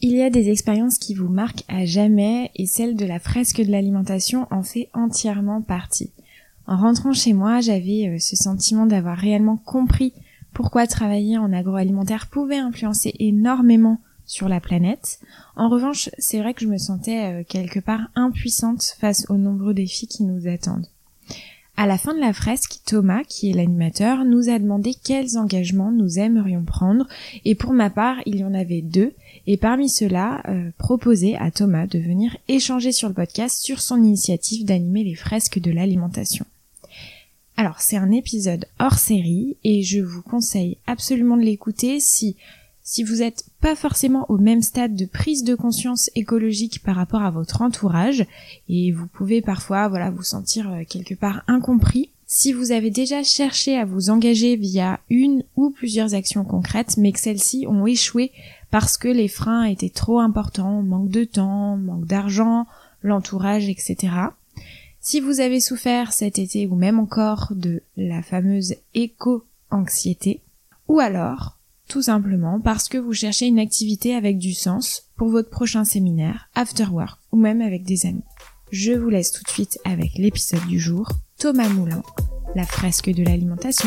Il y a des expériences qui vous marquent à jamais et celle de la fresque de l'alimentation en fait entièrement partie. En rentrant chez moi, j'avais ce sentiment d'avoir réellement compris pourquoi travailler en agroalimentaire pouvait influencer énormément sur la planète. En revanche, c'est vrai que je me sentais quelque part impuissante face aux nombreux défis qui nous attendent. À la fin de la fresque, Thomas, qui est l'animateur, nous a demandé quels engagements nous aimerions prendre, et pour ma part, il y en avait 2, et parmi ceux-là, proposé à Thomas de venir échanger sur le podcast sur son initiative d'animer les fresques de l'alimentation. Alors, c'est un épisode hors série, et je vous conseille absolument de l'écouter si vous n'êtes pas forcément au même stade de prise de conscience écologique par rapport à votre entourage, et vous pouvez parfois vous sentir quelque part incompris. Si vous avez déjà cherché à vous engager via une ou plusieurs actions concrètes, mais que celles-ci ont échoué parce que les freins étaient trop importants, manque de temps, manque d'argent, l'entourage, etc. Si vous avez souffert cet été ou même encore de la fameuse éco-anxiété, ou alors tout simplement parce que vous cherchez une activité avec du sens pour votre prochain séminaire, after work ou même avec des amis. Je vous laisse tout de suite avec l'épisode du jour, Thomas Moulin, la fresque de l'alimentation.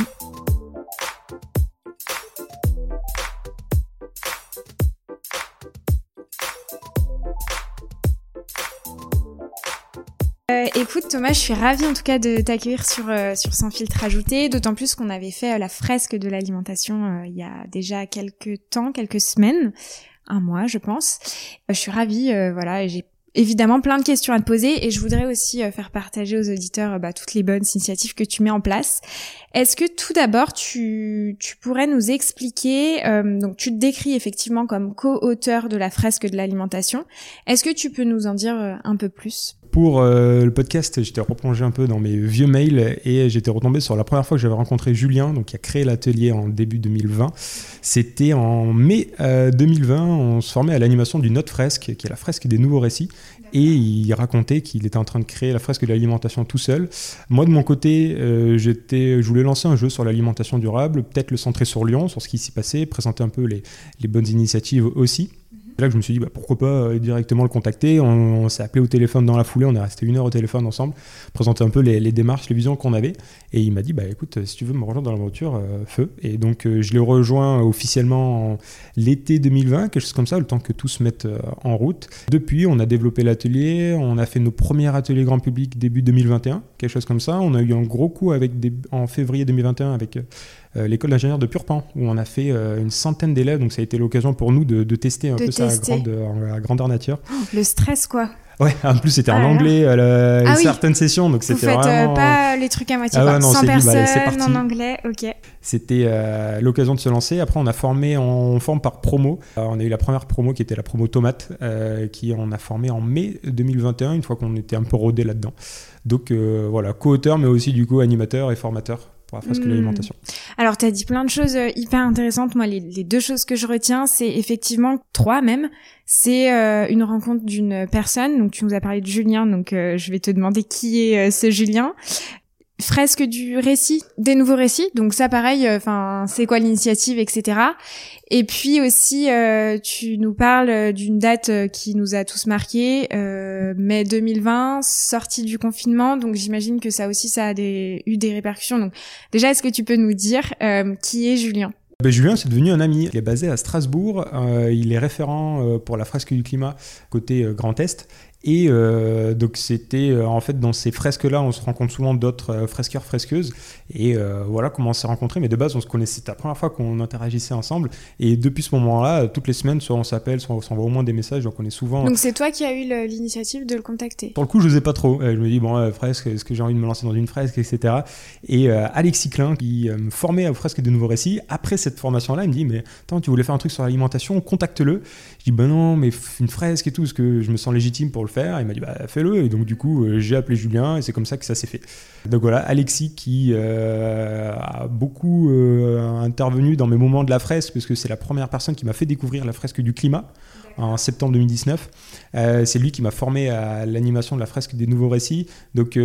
Écoute Thomas, je suis ravie en tout cas de t'accueillir sur Sans filtre ajouté, d'autant plus qu'on avait fait la fresque de l'alimentation il y a déjà quelques semaines, un mois je pense. Je suis ravie, et j'ai évidemment plein de questions à te poser et je voudrais aussi faire partager aux auditeurs toutes les bonnes initiatives que tu mets en place. Est-ce que tout d'abord tu pourrais nous expliquer, donc tu te décris effectivement comme co-auteur de la fresque de l'alimentation, est-ce que tu peux nous en dire un peu plus ? Pour le podcast, j'étais replongé un peu dans mes vieux mails et j'étais retombé sur la première fois que j'avais rencontré Julien, donc qui a créé l'atelier en début 2020. C'était en mai 2020, on se formait à l'animation d'une autre fresque, qui est la fresque des nouveaux récits. Et il racontait qu'il était en train de créer la fresque de l'alimentation tout seul. Moi, de mon côté, je voulais lancer un jeu sur l'alimentation durable, peut-être le centrer sur Lyon, sur ce qui s'y passait, présenter un peu les bonnes initiatives aussi. C'est là que je me suis dit pourquoi pas directement le contacter. On s'est appelé au téléphone dans la foulée, on est resté 1 heure au téléphone ensemble, présenter un peu les démarches, les visions qu'on avait. Et il m'a dit écoute, si tu veux me rejoindre dans l'aventure, feu. Et donc je l'ai rejoint officiellement en l'été 2020, quelque chose comme ça, le temps que tout se mette en route. Depuis, on a développé l'atelier, on a fait nos premiers ateliers grand public début 2021, quelque chose comme ça. On a eu un gros coup en février 2021 avec l'école d'ingénieurs de Purpan, où on a fait une centaine d'élèves, donc ça a été l'occasion pour nous de tester un peu ça à grandeur nature. Le stress quoi. Ouais, en plus c'était en anglais certaines sessions, donc c'était vraiment... Vous faites pas les trucs à moitié, non, 100 personnes c'est parti. en anglais, ok. C'était l'occasion de se lancer. Après on forme par promo. On a eu la première promo qui était la promo tomate, qui on a formé en mai 2021, une fois qu'on était un peu rodé là-dedans. Donc co-auteur, mais aussi du coup animateur et formateur pour la fresque de l'alimentation. Alors, tu as dit plein de choses hyper intéressantes. Moi, les 2 choses que je retiens, c'est effectivement 3 même. C'est une rencontre d'une personne. Donc, tu nous as parlé de Julien. Donc, je vais te demander qui est ce Julien. Fresque du récit, des nouveaux récits. Donc ça, pareil, c'est quoi l'initiative, etc. Et puis aussi, tu nous parles d'une date qui nous a tous marqués, mai 2020, sortie du confinement. Donc j'imagine que ça aussi, ça a eu des répercussions. Donc déjà, est-ce que tu peux nous dire qui est Julien ? Julien, c'est devenu un ami. Il est basé à Strasbourg. Il est référent pour la fresque du climat côté Grand Est. Et donc c'était en fait dans ces fresques-là, on se rencontre souvent d'autres fresqueurs, fresqueuses. Et voilà comment on s'est rencontrés. Mais de base, on se connaissait. C'était la première fois qu'on interagissait ensemble. Et depuis ce moment-là, toutes les semaines, soit on s'appelle, soit on s'envoie au moins des messages. Donc on est souvent... Donc c'est toi qui as eu l'initiative de le contacter. Pour le coup, je n'osais pas trop. Je me dis, fresque, est-ce que j'ai envie de me lancer dans une fresque, etc. Et Alexis Klein, qui me formait à fresque de nouveaux récits, après cette formation-là, il me dit, mais attends, tu voulais faire un truc sur l'alimentation, contacte-le. Je dis, non, mais une fresque et tout, parce que je me sens légitime pour le faire. Il m'a dit fais-le, et donc du coup j'ai appelé Julien et c'est comme ça que ça s'est fait. Donc voilà, Alexis qui a beaucoup intervenu dans mes moments de la fresque, parce que c'est la première personne qui m'a fait découvrir la fresque du climat en septembre 2019. C'est lui qui m'a formé à l'animation de la fresque des nouveaux récits, donc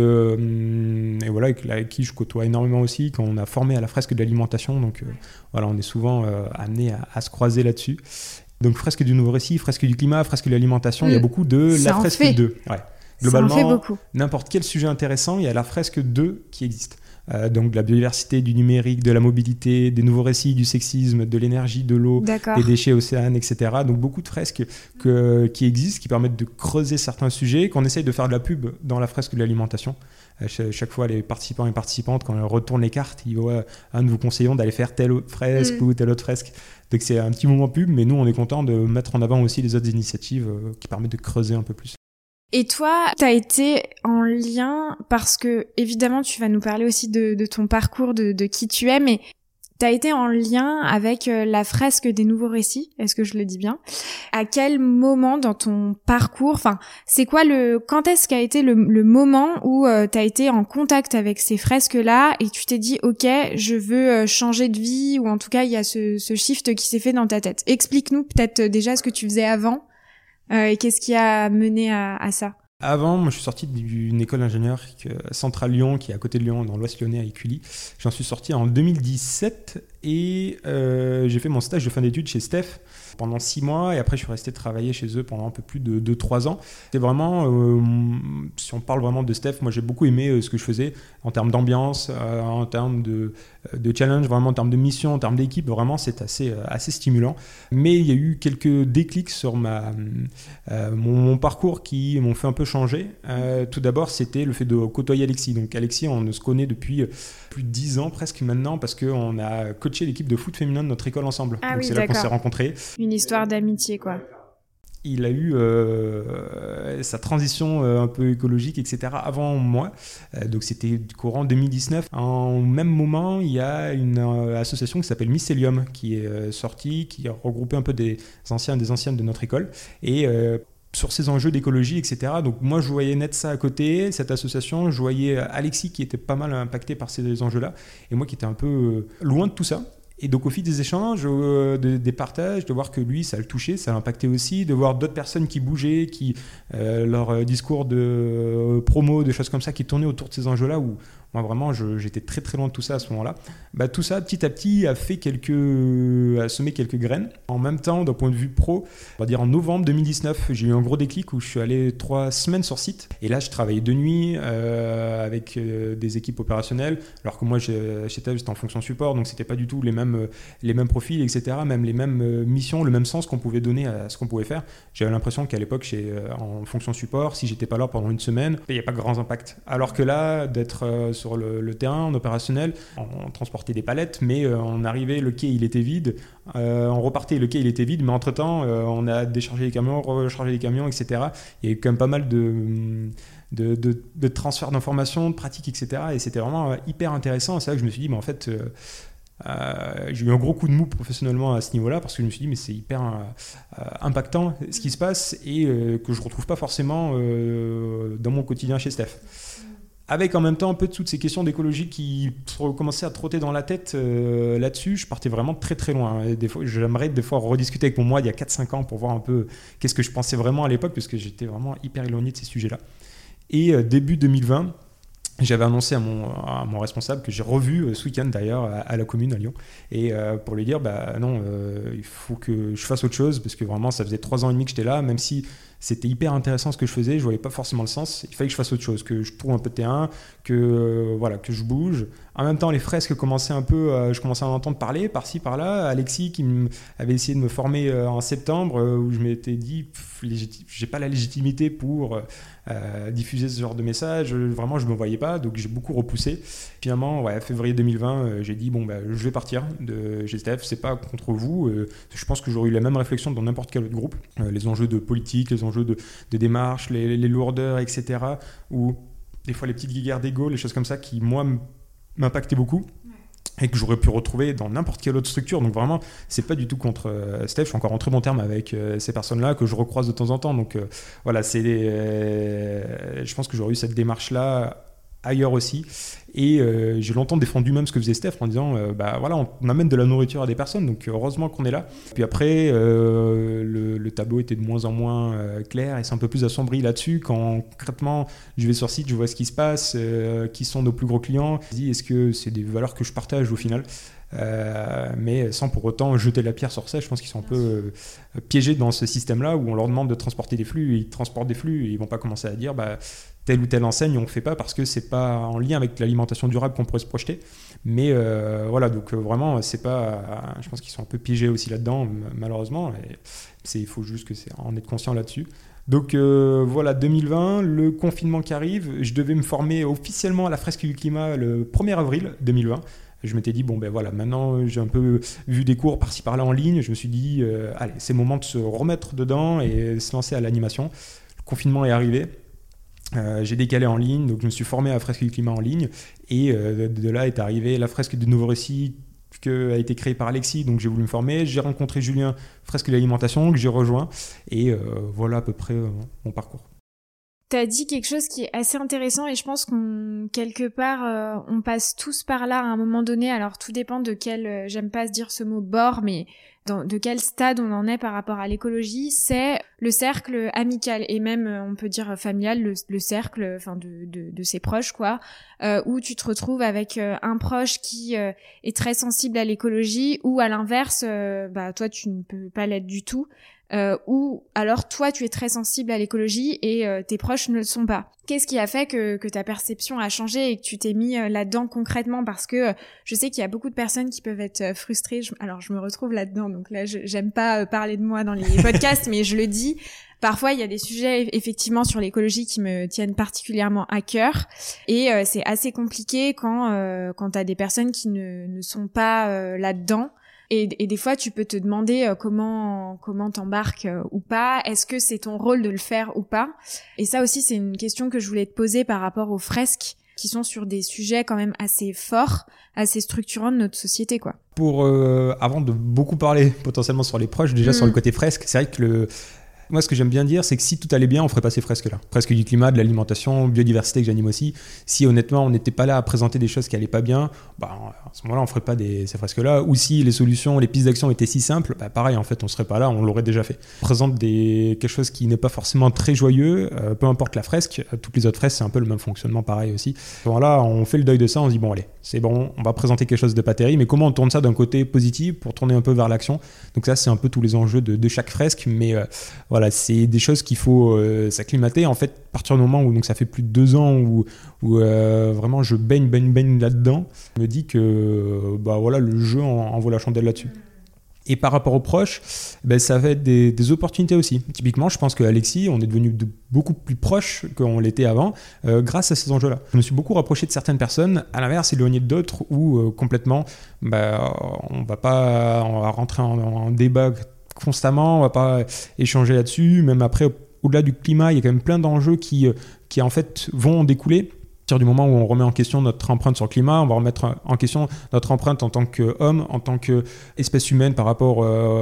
et voilà, avec qui je côtoie énormément aussi quand on a formé à la fresque de l'alimentation. Donc voilà, on est souvent amené à se croiser là-dessus. Donc fresque du nouveau récit, fresque du climat, fresque de l'alimentation, il y a beaucoup de la fresque 2. Ouais. Globalement, ça en fait beaucoup. N'importe quel sujet intéressant, il y a la fresque 2 qui existe. Donc de la biodiversité, du numérique, de la mobilité, des nouveaux récits, du sexisme, de l'énergie, de l'eau, des déchets océanes, etc. Donc beaucoup de fresques qui existent, qui permettent de creuser certains sujets, qu'on essaye de faire de la pub dans la fresque de l'alimentation. Chaque fois, les participants et participantes, quand ils retournent les cartes, ils voient un de vous conseillons d'aller faire telle autre fresque ou telle autre fresque. Donc c'est un petit moment pub, mais nous, on est content de mettre en avant aussi les autres initiatives qui permettent de creuser un peu plus. Et toi, t'as été en lien, parce que évidemment tu vas nous parler aussi de ton parcours, de qui tu es, mais t'as été en lien avec la fresque des nouveaux récits, est-ce que je le dis bien? À quel moment dans ton parcours, enfin, c'est quoi quand est-ce qu'a été le moment où t'as été en contact avec ces fresques-là et tu t'es dit, ok, je veux changer de vie, ou en tout cas il y a ce shift qui s'est fait dans ta tête. Explique-nous peut-être déjà ce que tu faisais avant. Et qu'est-ce qui a mené à ça? Avant, moi, je suis sorti d'une école d'ingénieur Centrale Lyon, qui est à côté de Lyon, dans l'Ouest lyonnais, à Écully. J'en suis sorti en 2017 et j'ai fait mon stage de fin d'études chez Steph pendant 6 mois. Et après, je suis resté travailler chez eux pendant un peu plus de 2-3 ans. C'est vraiment, si on parle vraiment de Steph, moi, j'ai beaucoup aimé ce que je faisais en termes d'ambiance, en termes de challenge, vraiment en termes de mission, en termes d'équipe. Vraiment, c'est assez stimulant. Mais il y a eu quelques déclics sur mon parcours qui m'ont fait un peu changer. Tout d'abord, c'était le fait de côtoyer Alexis. Donc Alexis, on se connaît depuis plus de 10 ans presque maintenant, parce qu'on a coaché l'équipe de foot féminin de notre école ensemble. Ah donc oui, c'est là qu'on s'est rencontrés. Une histoire d'amitié, quoi. Il a eu sa transition un peu écologique, etc. avant moi. Donc c'était courant 2019. En même moment, il y a une association qui s'appelle Mycelium qui est sortie, qui a regroupé un peu des anciens et des anciennes de notre école. Et sur ces enjeux d'écologie, etc. Donc moi, je voyais net ça à côté, cette association. Je voyais Alexis qui était pas mal impacté par ces enjeux-là. Et moi qui étais un peu loin de tout ça. Et donc au fil des échanges, des partages, de voir que lui, ça le touchait, ça l'impactait aussi, de voir d'autres personnes qui bougeaient, qui leur discours de promo, des choses comme ça, qui tournaient autour de ces enjeux-là, où moi vraiment j'étais très très loin de tout ça à ce moment-là. Tout ça, petit à petit, a semé quelques graines. En même temps, d'un point de vue pro, on va dire en novembre 2019, j'ai eu un gros déclic où je suis allé 3 semaines sur site. Et là, je travaillais de nuit avec des équipes opérationnelles, alors que moi, chez TEF, j'étais en fonction support, donc c'était pas du tout les mêmes profils, etc., même les mêmes missions, le même sens qu'on pouvait donner à ce qu'on pouvait faire. J'avais l'impression qu'à l'époque, en fonction support, si j'étais pas là pendant une semaine, il n'y a pas grand impact. Alors que là, d'être sur le terrain, en opérationnel, on transportait des palettes, mais on arrivait, le quai il était vide, on repartait, le quai il était vide, mais entre-temps, on a déchargé les camions, rechargé les camions, etc. Il y a eu quand même pas mal de transfert d'informations, de pratiques, etc. Et c'était vraiment hyper intéressant. C'est là que je me suis dit, mais en fait, j'ai eu un gros coup de mou professionnellement à ce niveau-là, parce que je me suis dit, mais c'est hyper impactant ce qui se passe et que je ne retrouve pas forcément dans mon quotidien chez Steph. Avec en même temps un peu toutes ces questions d'écologie qui commençaient à trotter dans la tête là-dessus, je partais vraiment très très loin. Et j'aimerais des fois rediscuter avec mon moi il y a 4-5 ans pour voir un peu qu'est-ce que je pensais vraiment à l'époque, parce que j'étais vraiment hyper éloigné de ces sujets-là. Et début 2020, j'avais annoncé à mon responsable que j'ai revu ce week-end d'ailleurs à la commune à Lyon, et pour lui dire non, il faut que je fasse autre chose, parce que vraiment ça faisait 3 ans et demi que j'étais là, même si c'était hyper intéressant ce que je faisais, je voyais pas forcément le sens, il fallait que je fasse autre chose, que je trouve un peu de terrain, que je bouge. En même temps, les fresques commençaient un peu, je commençais à en entendre parler par-ci par-là. Alexis qui avait essayé de me former en septembre, où je m'étais dit j'ai pas la légitimité pour diffuser ce genre de message, vraiment je me voyais pas, donc j'ai beaucoup repoussé. Finalement, février 2020, j'ai dit je vais partir de GSTF, c'est pas contre vous, je pense que j'aurais eu la même réflexion dans n'importe quel autre groupe, les enjeux de politique, les enjeux de démarche, les lourdeurs, etc., ou des fois les petites guéguerres d'ego, les choses comme ça qui moi m'impactaient beaucoup et que j'aurais pu retrouver dans n'importe quelle autre structure. Donc vraiment, c'est pas du tout contre Steph, je suis encore en très bon terme avec ces personnes-là que je recroise de temps en temps. Donc je pense que j'aurais eu cette démarche-là ailleurs aussi. Et j'ai longtemps défendu même ce que faisait Steph en disant on amène de la nourriture à des personnes, donc heureusement qu'on est là. Puis après le tableau était de moins en moins clair et c'est un peu plus assombri là-dessus. Quand concrètement je vais sur site, je vois ce qui se passe, qui sont nos plus gros clients, je me dis est-ce que c'est des valeurs que je partage au final. mais sans pour autant jeter la pierre sur ça. Je pense qu'ils sont un peu piégés dans ce système-là où on leur demande de transporter des flux, et ils transportent des flux, et ils vont pas commencer à dire telle ou telle enseigne on ne fait pas parce que c'est pas en lien avec l'alimentation durable qu'on pourrait se projeter. Mais voilà, donc vraiment c'est pas, je pense qu'ils sont un peu piégés aussi là-dedans malheureusement, et il faut juste en être conscient là-dessus. Donc voilà, 2020, le confinement qui arrive, je devais me former officiellement à la fresque du climat le 1er avril 2020. Je m'étais dit, bon ben voilà, maintenant j'ai un peu vu des cours par-ci par-là en ligne, je me suis dit, allez, c'est le moment de se remettre dedans et se lancer à l'animation. Le confinement est arrivé, j'ai décalé en ligne, donc je me suis formé à la fresque du climat en ligne, et de là est arrivée la fresque du nouveau récit qui a été créée par Alexis, donc j'ai voulu me former, j'ai rencontré Julien, fresque de l'alimentation, que j'ai rejoint, et voilà à peu près mon parcours. T'as dit quelque chose qui est assez intéressant et je pense quelque part, on passe tous par là à un moment donné. Alors tout dépend de quel, j'aime pas se dire ce mot bord, mais de quel stade on en est par rapport à l'écologie. C'est le cercle amical et même on peut dire familial, le cercle, enfin de ses proches quoi, où tu te retrouves avec un proche qui est très sensible à l'écologie ou à l'inverse, toi tu ne peux pas l'être du tout. Ou alors toi tu es très sensible à l'écologie et tes proches ne le sont pas. Qu'est-ce qui a fait que ta perception a changé et que tu t'es mis là-dedans concrètement? Parce que je sais qu'il y a beaucoup de personnes qui peuvent être frustrées. Alors je me retrouve là-dedans, donc là j'aime pas parler de moi dans les podcasts, mais je le dis. Parfois, il y a des sujets effectivement sur l'écologie qui me tiennent particulièrement à cœur et c'est assez compliqué quand t'as des personnes qui ne sont pas là-dedans. Et des fois, tu peux te demander comment t'embarques ou pas. Est-ce que c'est ton rôle de le faire ou pas? Et ça aussi, c'est une question que je voulais te poser par rapport aux fresques qui sont sur des sujets quand même assez forts, assez structurants de notre société, quoi. Pour avant de beaucoup parler potentiellement sur les proches, déjà sur le côté fresque, c'est vrai que moi, ce que j'aime bien dire, c'est que si tout allait bien, on ferait pas ces fresques-là. Fresques du climat, de l'alimentation, biodiversité que j'anime aussi. Si honnêtement, on n'était pas là à présenter des choses qui allaient pas bien, à ce moment-là, on ferait pas ces fresques-là. Ou si les solutions, les pistes d'action étaient si simples, pareil, en fait, on serait pas là, on l'aurait déjà fait. On présente quelque chose qui n'est pas forcément très joyeux, peu importe la fresque. Toutes les autres fresques, c'est un peu le même fonctionnement, pareil aussi. Là, on fait le deuil de ça, on se dit bon, allez, c'est bon, on va présenter quelque chose de pas terrible, mais comment on tourne ça d'un côté positif pour tourner un peu vers l'action. Donc ça, c'est un peu tous les enjeux de chaque fresque, mais voilà, c'est des choses qu'il faut s'acclimater. En fait, à partir du moment où donc ça fait plus de 2 ans où vraiment je baigne là-dedans, je me dis que voilà, le jeu en vaut la chandelle là-dessus. Et par rapport aux proches, ça va être des opportunités aussi. Typiquement, je pense qu'Alexis, on est devenu beaucoup plus proches qu'on l'était avant grâce à ces enjeux-là. Je me suis beaucoup rapproché de certaines personnes, à l'inverse, éloigné d'autres où complètement, on va rentrer en débat constamment, on va pas échanger là-dessus. Même après, au-delà du climat, il y a quand même plein d'enjeux qui en fait vont en découler. À partir du moment où on remet en question notre empreinte sur le climat, on va remettre en question notre empreinte en tant qu'homme, en tant qu'espèce humaine par rapport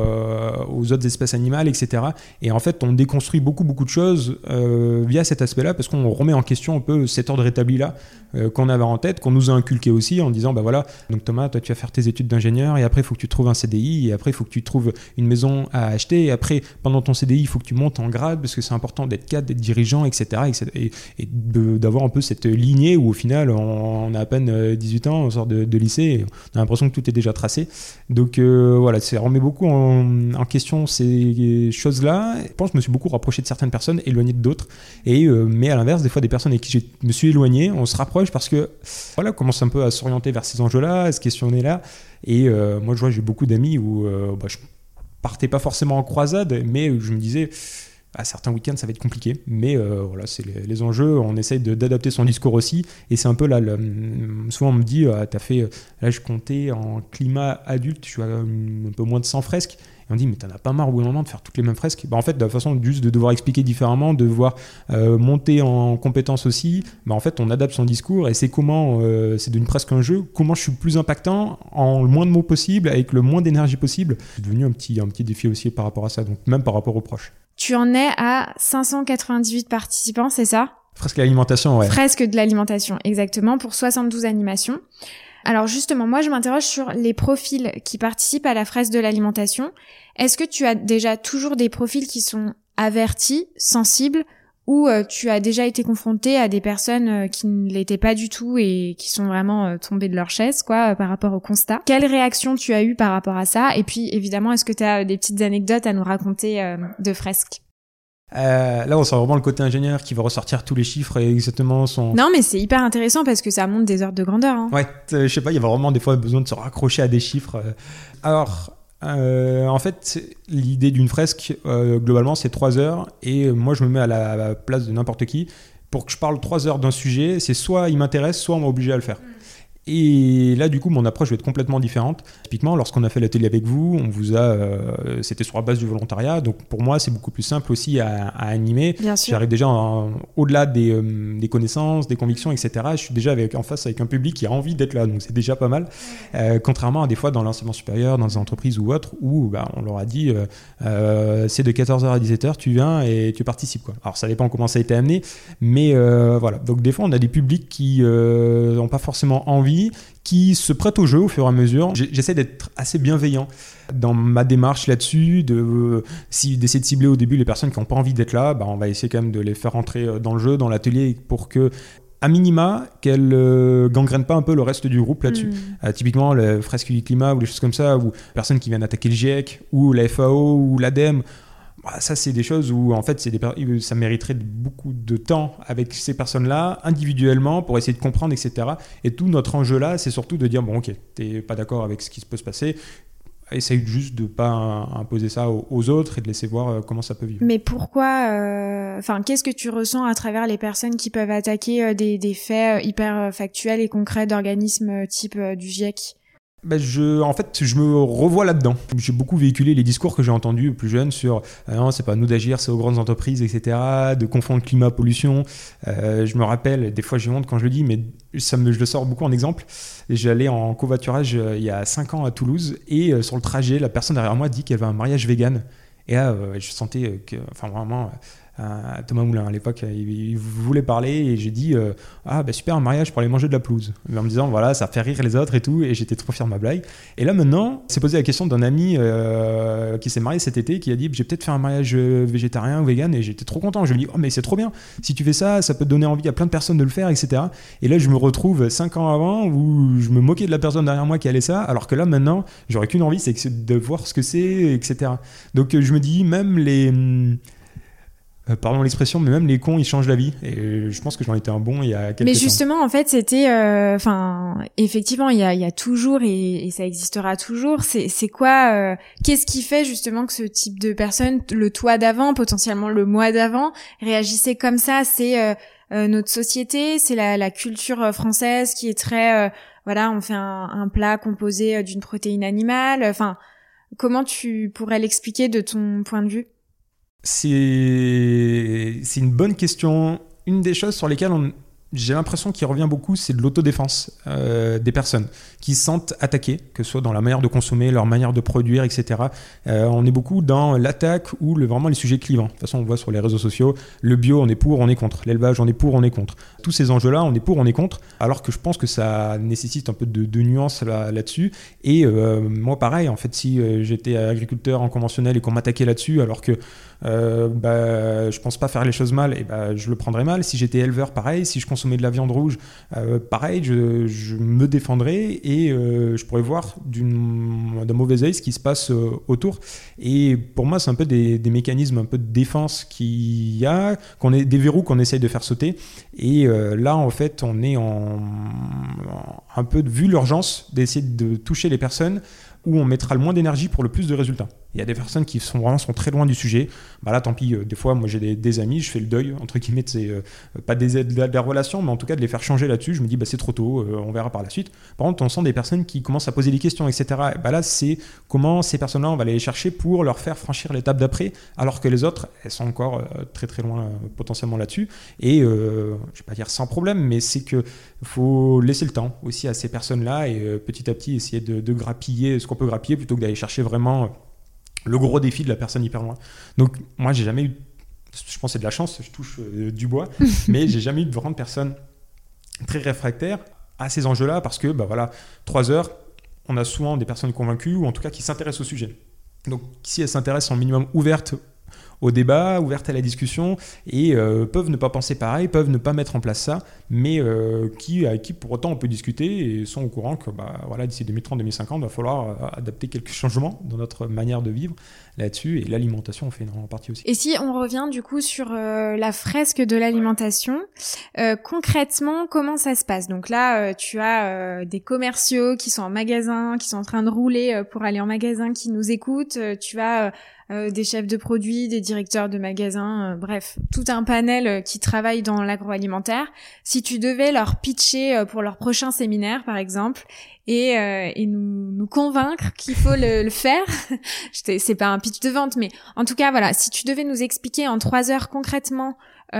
aux autres espèces animales, etc. Et en fait, on déconstruit beaucoup de choses via cet aspect-là, parce qu'on remet en question un peu cet ordre établi-là qu'on avait en tête, qu'on nous a inculqué aussi en disant, voilà, donc Thomas, toi tu vas faire tes études d'ingénieur, et après il faut que tu trouves un CDI, et après il faut que tu trouves une maison à acheter, et après, pendant ton CDI, il faut que tu montes en grade, parce que c'est important d'être cadre, d'être dirigeant, etc. et d'avoir un peu cette ligne où au final on a à peine 18 ans, on sort de lycée et on a l'impression que tout est déjà tracé. Donc voilà, ça remet beaucoup en question ces choses-là. Je pense que je me suis beaucoup rapproché de certaines personnes, éloigné d'autres, mais à l'inverse, des fois des personnes avec qui je me suis éloigné, on se rapproche parce que voilà, on commence un peu à s'orienter vers ces enjeux-là, à se questionner là. Et moi je vois, j'ai beaucoup d'amis où je partais pas forcément en croisade, mais je me disais, à certains week-ends, ça va être compliqué, mais voilà, c'est les enjeux. On essaye d'adapter son discours aussi, et c'est un peu là. Souvent, on me dit, t'as fait. Là, je comptais en climat adulte, je suis à un peu moins de 100 fresques. Et on dit, mais t'en as pas marre au bout d'un moment de faire toutes les mêmes fresques? En fait, de la façon juste de devoir expliquer différemment, de devoir monter en compétences aussi, en fait, on adapte son discours, et c'est c'est devenu presque un jeu. Comment je suis plus impactant en le moins de mots possible, avec le moins d'énergie possible. C'est devenu un petit défi aussi par rapport à ça, donc même par rapport aux proches. Tu en es à 598 participants, c'est ça? Fresque de l'alimentation, ouais. Fresque de l'alimentation, exactement, pour 72 animations. Alors justement, moi je m'interroge sur les profils qui participent à la fresque de l'alimentation. Est-ce que tu as déjà toujours des profils qui sont avertis, sensibles, ou tu as déjà été confronté à des personnes qui ne l'étaient pas du tout et qui sont vraiment tombées de leur chaise, quoi, par rapport au constat. Quelle réaction tu as eu par rapport à ça? Et puis, évidemment, est-ce que tu as des petites anecdotes à nous raconter de fresques? Là, on sent vraiment le côté ingénieur qui va ressortir tous les chiffres et exactement son... Non, mais c'est hyper intéressant parce que ça montre des ordres de grandeur. Hein. Ouais, je sais pas, il y a vraiment des fois besoin de se raccrocher à des chiffres. Alors, en fait, l'idée d'une fresque, globalement, c'est 3 heures. Et moi, je me mets à la place de n'importe qui. Pour que je parle 3 heures d'un sujet, c'est soit il m'intéresse, soit on m'oblige à le faire. Et là, du coup, mon approche va être complètement différente. Typiquement, lorsqu'on a fait l'atelier avec vous, on vous a, c'était sur la base du volontariat. Donc, pour moi, c'est beaucoup plus simple aussi à animer. Bien sûr. J'arrive déjà au-delà des connaissances, des convictions, etc. Je suis déjà en face avec un public qui a envie d'être là. Donc, c'est déjà pas mal. Contrairement à des fois dans l'enseignement supérieur, dans des entreprises ou autres, où on leur a dit c'est de 14h à 17h, tu viens et tu participes, quoi. Alors, ça dépend comment ça a été amené. Mais voilà. Donc, des fois, on a des publics qui n'ont pas forcément envie, qui se prêtent au jeu au fur et à mesure. J'essaie d'être assez bienveillant dans ma démarche là-dessus, d'essayer de cibler au début les personnes qui n'ont pas envie d'être là. On va essayer quand même de les faire rentrer dans le jeu, dans l'atelier, pour que, à minima, qu'elles gangrènent pas un peu le reste du groupe là-dessus. Typiquement, le fresque du climat ou les choses comme ça, ou personnes qui viennent attaquer le GIEC, ou la FAO, ou l'ADEME. Ça, c'est des choses où, en fait, ça mériterait beaucoup de temps avec ces personnes-là, individuellement, pour essayer de comprendre, etc. Et tout notre enjeu là, c'est surtout de dire, bon, ok, t'es pas d'accord avec ce qui peut se passer, essaye juste de pas imposer ça aux autres et de laisser voir comment ça peut vivre. Mais pourquoi, qu'est-ce que tu ressens à travers les personnes qui peuvent attaquer des faits hyper factuels et concrets d'organismes type du GIEC ? En fait, je me revois là-dedans. J'ai beaucoup véhiculé les discours que j'ai entendus plus jeune sur non, c'est pas à nous d'agir, c'est aux grandes entreprises, etc., de confondre climat, pollution. Je me rappelle, des fois j'ai honte quand je le dis, mais je le sors beaucoup en exemple. J'allais en covoiturage il y a 5 ans à Toulouse et sur le trajet, la personne derrière moi dit qu'elle avait un mariage vegan. Et là, je sentais que, vraiment... Thomas Moulin à l'époque il voulait parler et j'ai dit super, un mariage pour aller manger de la pelouse, en me disant voilà, ça fait rire les autres et tout, et j'étais trop fier de ma blague. Et là maintenant c'est posé la question d'un ami qui s'est marié cet été, qui a dit j'ai peut-être fait un mariage végétarien ou vegan, et j'étais trop content. Je lui dis mais c'est trop bien, si tu fais ça, ça peut te donner envie à plein de personnes de le faire, etc. Et là je me retrouve 5 ans avant où je me moquais de la personne derrière moi qui allait ça, alors que là maintenant j'aurais qu'une envie, c'est de voir ce que c'est, etc. Donc je me dis, même pardon l'expression, mais même les cons, ils changent la vie. Et je pense que j'en étais un bon il y a quelques temps. Mais justement, en fait, c'était... effectivement, il y a toujours, et ça existera toujours, c'est quoi... qu'est-ce qui fait justement que ce type de personne, le toi d'avant, potentiellement le moi d'avant, réagissait comme ça? C'est notre société, c'est la culture française qui est très... on fait un plat composé d'une protéine animale. Comment tu pourrais l'expliquer de ton point de vue? C'est une bonne question. Une des choses sur lesquelles j'ai l'impression qu'il revient beaucoup, c'est de l'autodéfense des personnes qui se sentent attaquées, que ce soit dans la manière de consommer, leur manière de produire, etc. On est beaucoup dans l'attaque ou vraiment les sujets clivants. De toute façon, on voit sur les réseaux sociaux, le bio, on est pour, on est contre. L'élevage, on est pour, on est contre. Tous ces enjeux-là, on est pour, on est contre. Alors que je pense que ça nécessite un peu de nuance là-dessus. Et moi, pareil, en fait, si j'étais agriculteur en conventionnel et qu'on m'attaquait là-dessus, alors que je pense pas faire les choses mal, et je le prendrais mal. Si j'étais éleveur, pareil. Si je consommais de la viande rouge, pareil, je me défendrais et je pourrais voir d'un mauvais œil ce qui se passe autour. Et pour moi, c'est un peu des mécanismes un peu de défense qu'il y a, des verrous qu'on essaye de faire sauter. Et là, en fait, on est un peu, vu l'urgence d'essayer de toucher les personnes où on mettra le moins d'énergie pour le plus de résultats. Il y a des personnes qui sont très loin du sujet. Là, tant pis, des fois, moi, j'ai des amis, je fais le deuil, entre guillemets, c'est pas des relations, mais en tout cas, de les faire changer là-dessus. Je me dis, c'est trop tôt, on verra par la suite. Par contre, on sent des personnes qui commencent à poser des questions, etc. Et là, c'est comment ces personnes-là, on va aller les chercher pour leur faire franchir l'étape d'après, alors que les autres, elles sont encore très, très loin potentiellement là-dessus. Et je vais pas dire sans problème, mais c'est que faut laisser le temps aussi à ces personnes-là et petit à petit essayer de grappiller ce qu'on peut grappiller plutôt que d'aller chercher vraiment le gros défi de la personne hyper loin. Donc moi j'ai jamais eu, je pense que c'est de la chance, je touche du bois, mais j'ai jamais eu de vraiment de personnes très réfractaires à ces enjeux-là, parce que 3 heures, on a souvent des personnes convaincues ou en tout cas qui s'intéressent au sujet. Donc si elles s'intéressent en minimum ouvertes au débat, ouvertes à la discussion et peuvent ne pas penser pareil, peuvent ne pas mettre en place ça, mais avec qui pour autant on peut discuter et sont au courant que d'ici 2030-2050, il va falloir adapter quelques changements dans notre manière de vivre là-dessus, et l'alimentation en fait énormément partie aussi. Et si on revient du coup sur la fresque de l'alimentation, concrètement, comment ça se passe? Donc là, tu as des commerciaux qui sont en magasin, qui sont en train de rouler pour aller en magasin, qui nous écoutent. Tu as des chefs de produits, des directeurs de magasins, bref, tout un panel qui travaille dans l'agroalimentaire. Si tu devais leur pitcher pour leur prochain séminaire, par exemple, et nous convaincre qu'il faut le faire, c'est pas un pitch de vente, mais en tout cas, voilà, si tu devais nous expliquer en 3 heures concrètement,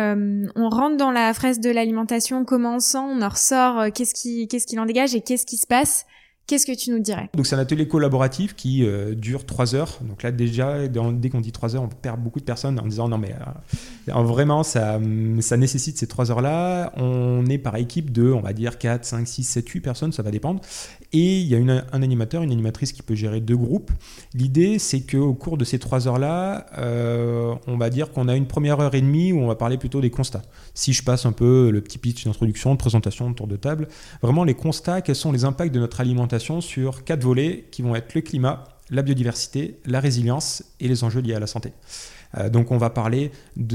on rentre dans la fresque de l'alimentation, comment on sent, on en ressort, qu'est-ce qu'il en dégage et qu'est-ce qui se passe? Qu'est-ce que tu nous dirais? Donc c'est un atelier collaboratif qui dure 3 heures. Donc là déjà, dès qu'on dit 3 heures, on perd beaucoup de personnes en disant non mais vraiment ça nécessite ces 3 heures-là. On est par équipe de, on va dire 4, 5, 6, 7, 8 personnes, ça va dépendre. Et il y a un animateur, une animatrice qui peut gérer 2 groupes. L'idée c'est qu'au cours de ces 3 heures-là, on va dire qu'on a une première heure et demie où on va parler plutôt des constats. Si je passe un peu le petit pitch d'introduction, de présentation, de tour de table, vraiment les constats, quels sont les impacts de notre alimentation sur 4 volets qui vont être le climat, la biodiversité, la résilience et les enjeux liés à la santé. Donc on va parler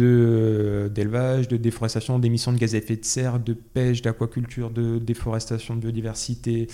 d'élevage, de déforestation, d'émissions de gaz à effet de serre, de pêche, d'aquaculture, de déforestation, de biodiversité,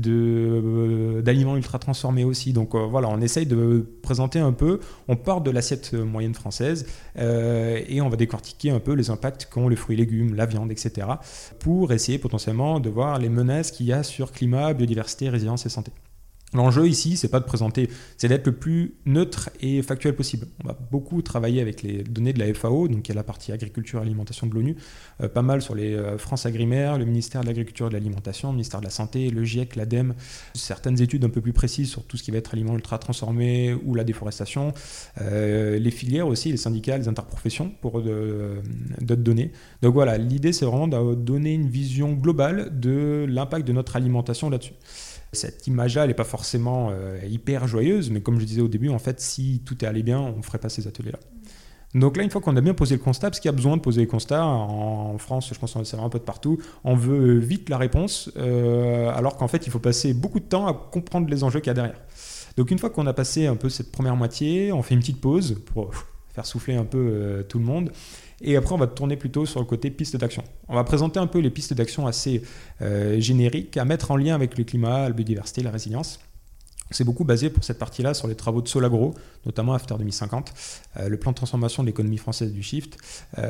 d'aliments ultra transformés aussi. Donc on essaye de présenter un peu, on part de l'assiette moyenne française et on va décortiquer un peu les impacts qu'ont les fruits et légumes, la viande, etc. pour essayer potentiellement de voir les menaces qu'il y a sur climat, biodiversité, résilience et santé. L'enjeu ici, c'est pas de présenter, c'est d'être le plus neutre et factuel possible. On va beaucoup travailler avec les données de la FAO, donc il y a la partie agriculture et alimentation de l'ONU, pas mal sur les France Agrimaire, le ministère de l'Agriculture et de l'Alimentation, le ministère de la Santé, le GIEC, l'ADEME, certaines études un peu plus précises sur tout ce qui va être aliments ultra transformés ou la déforestation, les filières aussi, les syndicats, les interprofessions pour d'autres données. Donc voilà, l'idée c'est vraiment de donner une vision globale de l'impact de notre alimentation là-dessus. Cette image-là, elle n'est pas forcément hyper joyeuse, mais comme je disais au début, en fait, si tout est allé bien, on ne ferait pas ces ateliers-là. Donc là, une fois qu'on a bien posé le constat, parce qu'il y a besoin de poser les constats, en France, je pense qu'on sait un peu de partout, on veut vite la réponse, alors qu'en fait, il faut passer beaucoup de temps à comprendre les enjeux qu'il y a derrière. Donc une fois qu'on a passé un peu cette première moitié, on fait une petite pause pour faire souffler un peu tout le monde. Et après, on va tourner plutôt sur le côté pistes d'action. On va présenter un peu les pistes d'action assez génériques à mettre en lien avec le climat, la biodiversité, la résilience. C'est beaucoup basé pour cette partie-là sur les travaux de Solagro, notamment After 2050, le plan de transformation de l'économie française du Shift. On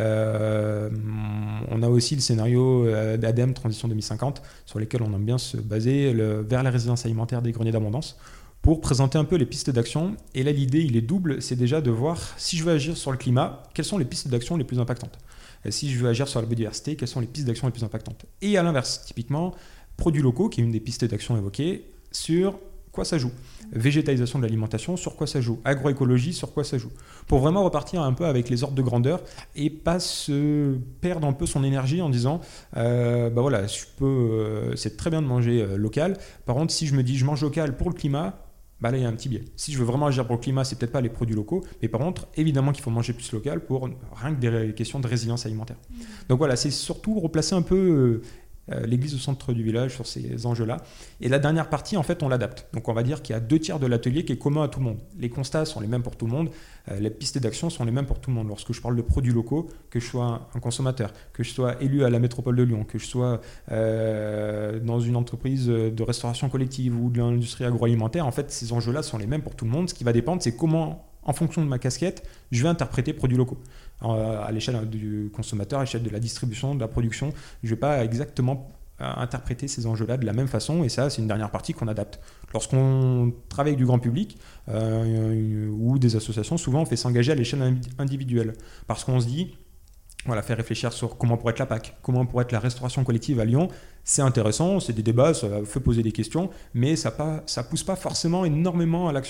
a aussi le scénario d'ADEME Transition 2050, sur lesquels on aime bien se baser vers la résilience alimentaire des greniers d'abondance, pour présenter un peu les pistes d'action. Et là, l'idée, il est double, c'est déjà de voir si je veux agir sur le climat, quelles sont les pistes d'action les plus impactantes. Et si je veux agir sur la biodiversité, quelles sont les pistes d'action les plus impactantes. Et à l'inverse, typiquement, produits locaux, qui est une des pistes d'action évoquées, sur quoi ça joue. Végétalisation de l'alimentation, sur quoi ça joue. Agroécologie, sur quoi ça joue. Pour vraiment repartir un peu avec les ordres de grandeur et pas se perdre un peu son énergie en disant voilà, c'est très bien de manger local. Par contre, si je me dis je mange local pour le climat, là il y a un petit biais. Si je veux vraiment agir pour le climat, c'est peut-être pas les produits locaux, mais par contre, évidemment qu'il faut manger plus local pour rien que des questions de résilience alimentaire. Donc voilà, c'est surtout replacer un peu l'église au centre du village sur ces enjeux-là. Et la dernière partie, en fait, on l'adapte. Donc on va dire qu'il y a 2/3 de l'atelier qui est commun à tout le monde. Les constats sont les mêmes pour tout le monde, les pistes d'action sont les mêmes pour tout le monde. Lorsque je parle de produits locaux, que je sois un consommateur, que je sois élu à la métropole de Lyon, que je sois dans une entreprise de restauration collective ou de l'industrie agroalimentaire, en fait, ces enjeux-là sont les mêmes pour tout le monde. Ce qui va dépendre, c'est comment, en fonction de ma casquette, je vais interpréter produits locaux. À l'échelle du consommateur, à l'échelle de la distribution, de la production, je ne vais pas exactement interpréter ces enjeux-là de la même façon, et ça, c'est une dernière partie qu'on adapte. Lorsqu'on travaille avec du grand public ou des associations, souvent on fait s'engager à l'échelle individuelle, parce qu'on se dit, voilà, faire réfléchir sur comment pourrait être la PAC, comment pourrait être la restauration collective à Lyon, c'est intéressant, c'est des débats, ça fait poser des questions, mais ça pousse pas forcément énormément à l'action.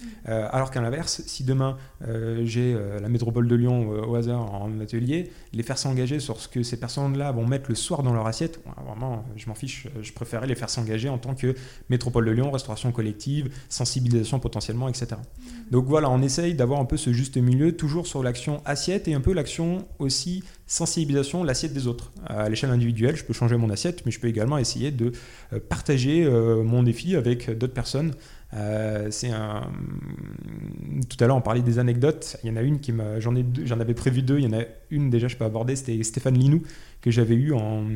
Alors qu'à l'inverse, si demain j'ai la métropole de Lyon au hasard en atelier, les faire s'engager sur ce que ces personnes-là vont mettre le soir dans leur assiette, vraiment, je m'en fiche, je préférais les faire s'engager en tant que métropole de Lyon, restauration collective, sensibilisation potentiellement, etc. Donc voilà, on essaye d'avoir un peu ce juste milieu, toujours sur l'action assiette et un peu l'action aussi sensibilisation, l'assiette des autres. À l'échelle individuelle, je peux changer mon assiette, mais je peux également essayer de partager mon défi avec d'autres personnes. Tout à l'heure on parlait des anecdotes, il y en a une j'en avais prévu 2, il y en a une déjà je peux aborder, c'était Stéphane Linou que j'avais vu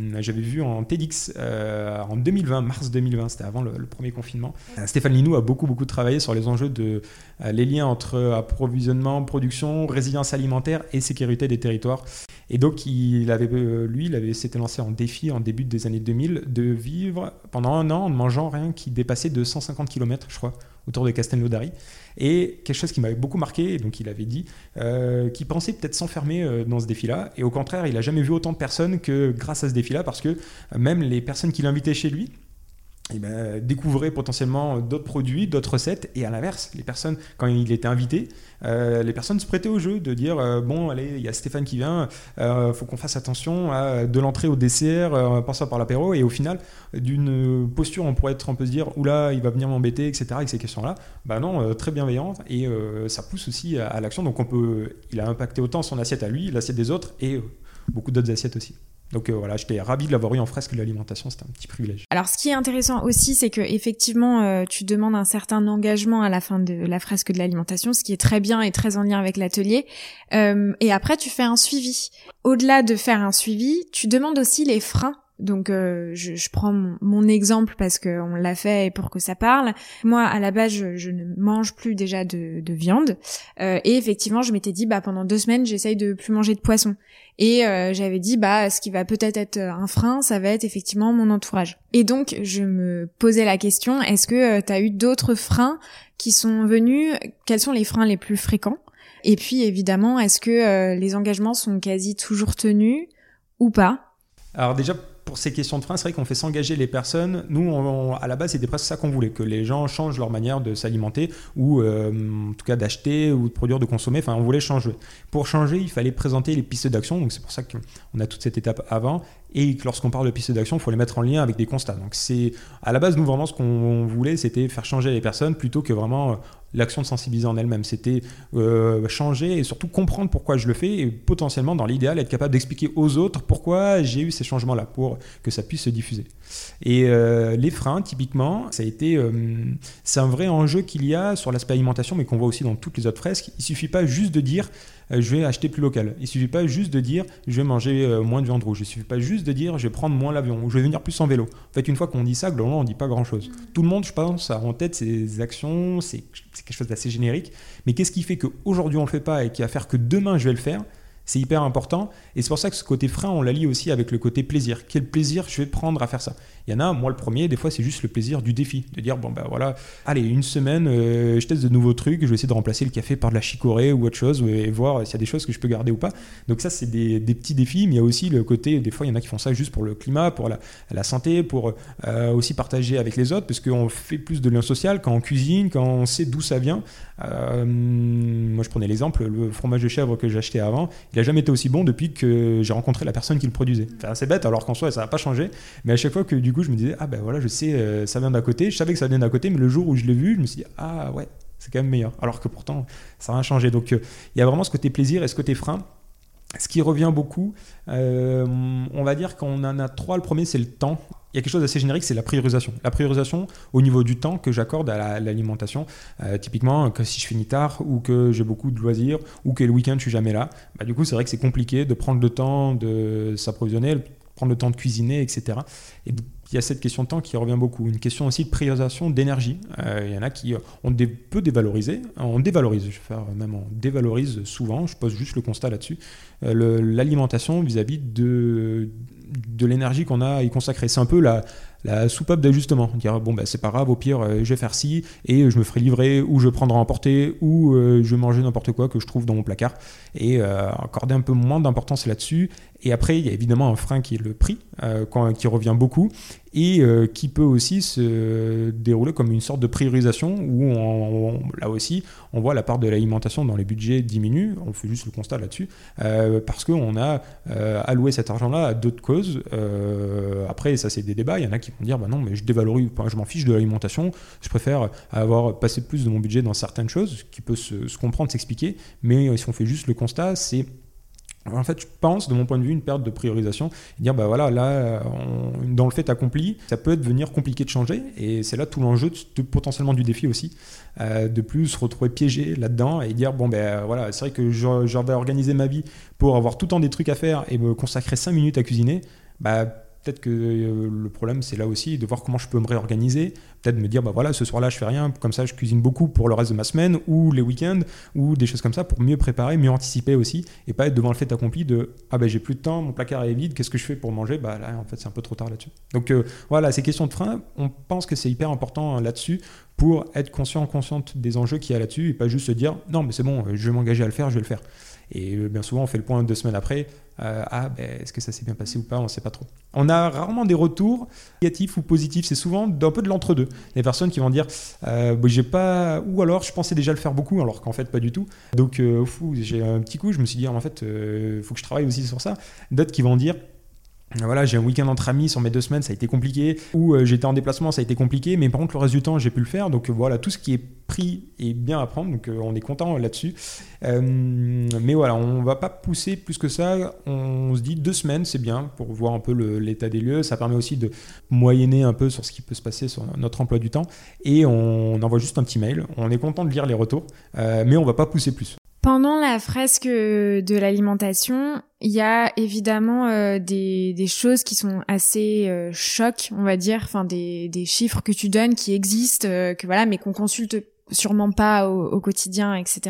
en TEDx en 2020, mars 2020, c'était avant le premier confinement. Stéphane Linou a beaucoup travaillé sur les enjeux les liens entre approvisionnement, production, résilience alimentaire et sécurité des territoires. Et donc il s'était lancé en défi en début des années 2000 de vivre pendant 1 an en ne mangeant rien qui dépassait de 150 km, je crois, autour de Castelnaudary. Et quelque chose qui m'avait beaucoup marqué, et donc il avait dit qu'il pensait peut-être s'enfermer dans ce défi-là. Et au contraire, il n'a jamais vu autant de personnes que grâce à ce défi-là, parce que même les personnes qu'il invitait chez lui, découvraient potentiellement d'autres produits, d'autres recettes, et à l'inverse, les personnes, quand il était invité, les personnes se prêtaient au jeu de dire bon allez, il y a Stéphane qui vient, faut qu'on fasse attention de l'entrée au dessert, en passant par l'apéro, et au final d'une posture on peut se dire oula il va venir m'embêter, etc., avec ces questions là, non, très bienveillante, et ça pousse aussi à l'action. Donc il a impacté autant son assiette à lui, l'assiette des autres, et beaucoup d'autres assiettes aussi. Donc voilà, j'étais ravi de l'avoir eu en fresque de l'alimentation, c'était un petit privilège. Alors ce qui est intéressant aussi, c'est que effectivement tu demandes un certain engagement à la fin de la fresque de l'alimentation, ce qui est très bien et très en lien avec l'atelier. Et après tu fais un suivi. Au-delà de faire un suivi, tu demandes aussi les freins. Donc je prends mon exemple parce qu'on l'a fait et pour que ça parle. Moi à la base je ne mange plus déjà de viande et effectivement je m'étais dit pendant 2 semaines j'essaye de plus manger de poisson et j'avais dit ce qui va peut-être être un frein, ça va être effectivement mon entourage. Et donc je me posais la question, est-ce que t'as eu d'autres freins qui sont venus? Quels sont les freins les plus fréquents? Et puis évidemment, est-ce que les engagements sont quasi toujours tenus ou pas? Alors déjà, pour ces questions de frein, c'est vrai qu'on fait s'engager les personnes. Nous, à la base, c'était presque ça qu'on voulait, que les gens changent leur manière de s'alimenter ou en tout cas d'acheter ou de produire, de consommer. Enfin, on voulait changer. Pour changer, il fallait présenter les pistes d'action. Donc, c'est pour ça qu'on a toute cette étape avant. Et que lorsqu'on parle de pistes d'action, il faut les mettre en lien avec des constats. Donc, à la base, nous, vraiment, ce qu'on voulait, c'était faire changer les personnes plutôt que vraiment l'action de sensibiliser en elle-même. C'était changer et surtout comprendre pourquoi je le fais et potentiellement, dans l'idéal, être capable d'expliquer aux autres pourquoi j'ai eu ces changements-là pour que ça puisse se diffuser. Et les freins, typiquement, c'est un vrai enjeu qu'il y a sur l'aspect alimentation, mais qu'on voit aussi dans toutes les autres fresques. Il ne suffit pas juste de dire je vais acheter plus local. Il ne suffit pas juste de dire je vais manger moins de viande rouge. Il ne suffit pas juste de dire je vais prendre moins l'avion ou je vais venir plus en vélo. En fait, une fois qu'on dit ça, globalement, on ne dit pas grand-chose. Tout le monde, je pense, a en tête ses actions, c'est quelque chose d'assez générique. Mais qu'est-ce qui fait qu'aujourd'hui, on ne le fait pas et qui va faire que demain, je vais le faire ? C'est hyper important. Et c'est pour ça que ce côté frein, on l'allie aussi avec le côté plaisir. Quel plaisir je vais prendre à faire ça ? Il y en a, moi le premier, des fois, c'est juste le plaisir du défi. De dire, voilà, allez, 1 semaine, je teste de nouveaux trucs, je vais essayer de remplacer le café par de la chicorée ou autre chose et voir s'il y a des choses que je peux garder ou pas. Donc ça, c'est des petits défis, mais il y a aussi le côté, des fois, il y en a qui font ça juste pour le climat, pour la santé, pour aussi partager avec les autres, parce qu'on fait plus de lien social quand on cuisine, quand on sait d'où ça vient. Moi, je prenais l'exemple, le fromage de chèvre que j'achetais avant, il n'a jamais été aussi bon depuis que j'ai rencontré la personne qui le produisait. Enfin, c'est bête, alors qu'en soi, ça n'a pas changé. Mais à chaque fois que du coup, je me disais, voilà, je sais, ça vient d'à côté. Je savais que ça venait d'à côté, mais le jour où je l'ai vu, je me suis dit, ouais, c'est quand même meilleur. Alors que pourtant, ça n'a rien changé. Donc, il y a vraiment ce côté plaisir et ce côté frein. Ce qui revient beaucoup, on va dire qu'on en a 3. Le premier, c'est le temps. Il y a quelque chose d'assez générique, c'est la priorisation. La priorisation au niveau du temps que j'accorde à l'alimentation. Typiquement, que si je finis tard ou que j'ai beaucoup de loisirs ou que le week-end, je ne suis jamais là, du coup, c'est vrai que c'est compliqué de prendre le temps de s'approvisionner, prendre le temps de cuisiner, etc. Et il y a cette question de temps qui revient beaucoup. Une question aussi de priorisation d'énergie. Il y en a qui on peut dévaloriser. On dévalorise, on dévalorise souvent. Je pose juste le constat là-dessus. L'alimentation vis-à-vis de l'énergie qu'on a à y consacrer. C'est un peu la soupape d'ajustement. Dire c'est pas grave, au pire je vais faire ci et je me ferai livrer ou je prendrai à emporter ou je vais manger n'importe quoi que je trouve dans mon placard et accorder un peu moins d'importance là-dessus Et après, il y a évidemment un frein qui est le prix, qui revient beaucoup, et qui peut aussi se dérouler comme une sorte de priorisation où là aussi, on voit la part de l'alimentation dans les budgets diminue. On fait juste le constat là-dessus, parce qu'on a alloué cet argent-là à d'autres causes. Après, ça, c'est des débats. Il y en a qui vont dire bah non, mais je m'en fiche de l'alimentation. Je préfère avoir passé plus de mon budget dans certaines choses, qui peut se comprendre, s'expliquer. Mais si on fait juste le constat, c'est en fait, je pense, de mon point de vue, une perte de priorisation et dire, bah voilà, là, dans le fait accompli, ça peut devenir compliqué de changer et c'est là tout l'enjeu potentiellement du défi aussi, de plus se retrouver piégé là-dedans et dire, bon, ben voilà, c'est vrai que je vais organiser ma vie pour avoir tout le temps des trucs à faire et me consacrer 5 minutes à cuisiner, bah peut-être que le problème, c'est là aussi de voir comment je peux me réorganiser. Peut-être me dire, bah voilà, ce soir-là, je fais rien. Comme ça, je cuisine beaucoup pour le reste de ma semaine ou les week-ends ou des choses comme ça pour mieux préparer, mieux anticiper aussi et pas être devant le fait accompli de ah ben j'ai plus de temps, mon placard est vide, qu'est-ce que je fais pour manger? Bah là, en fait, c'est un peu trop tard là-dessus. Donc voilà, ces questions de frein, on pense que c'est hyper important là-dessus pour être consciente des enjeux qu'il y a là-dessus et pas juste se dire non, mais c'est bon, je vais m'engager à le faire, je vais le faire. Et bien souvent, on fait le point 2 semaines après. Est-ce que ça s'est bien passé ou pas? On ne sait pas trop. On a rarement des retours négatifs ou positifs. C'est souvent un peu de l'entre-deux. Les personnes qui vont dire j'ai pas, ou alors je pensais déjà le faire beaucoup, alors qu'en fait pas du tout. Donc j'ai un petit coup, je me suis dit en fait faut que je travaille aussi sur ça. D'autres qui vont dire voilà, j'ai un week-end entre amis sur mes 2 semaines, ça a été compliqué, ou j'étais en déplacement, ça a été compliqué, mais par contre le reste du temps j'ai pu le faire, donc voilà, tout ce qui est pris est bien à prendre, donc on est content là-dessus, mais voilà, on va pas pousser plus que ça, on se dit 2 semaines c'est bien pour voir un peu l'état des lieux, ça permet aussi de moyenner un peu sur ce qui peut se passer sur notre emploi du temps, et on envoie juste un petit mail, on est content de lire les retours, mais on va pas pousser plus. Pendant la fresque de l'alimentation, il y a évidemment des choses qui sont assez chocs, on va dire, enfin des chiffres que tu donnes qui existent, que voilà, mais qu'on consulte sûrement pas au quotidien, etc.